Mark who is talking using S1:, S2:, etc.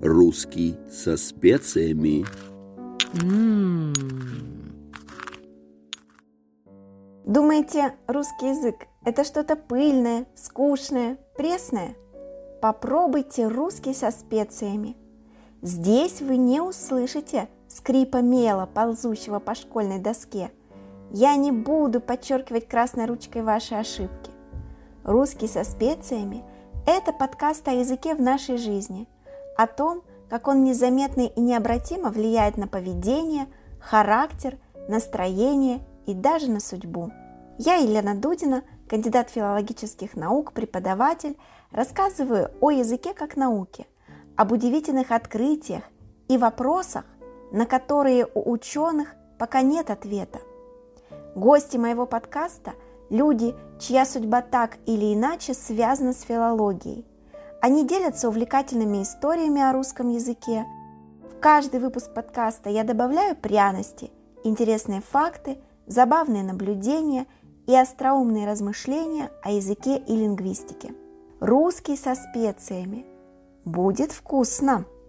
S1: Русский со специями.
S2: Думаете, русский язык – это что-то пыльное, скучное, пресное? Попробуйте русский со специями. Здесь вы не услышите скрипа мела, ползущего по школьной доске. Я не буду подчеркивать красной ручкой ваши ошибки. Русский со специями – это подкаст о языке в нашей жизни, о том, как он незаметно и необратимо влияет на поведение, характер, настроение и даже на судьбу. Я, Елена Дудина, кандидат филологических наук, преподаватель, рассказываю о языке как науке, об удивительных открытиях и вопросах, на которые у ученых пока нет ответа. Гости моего подкаста – люди, чья судьба так или иначе связана с филологией. Они делятся увлекательными историями о русском языке. В каждый выпуск подкаста я добавляю пряности, интересные факты, забавные наблюдения и остроумные размышления о языке и лингвистике. Русский со специями. Будет вкусно!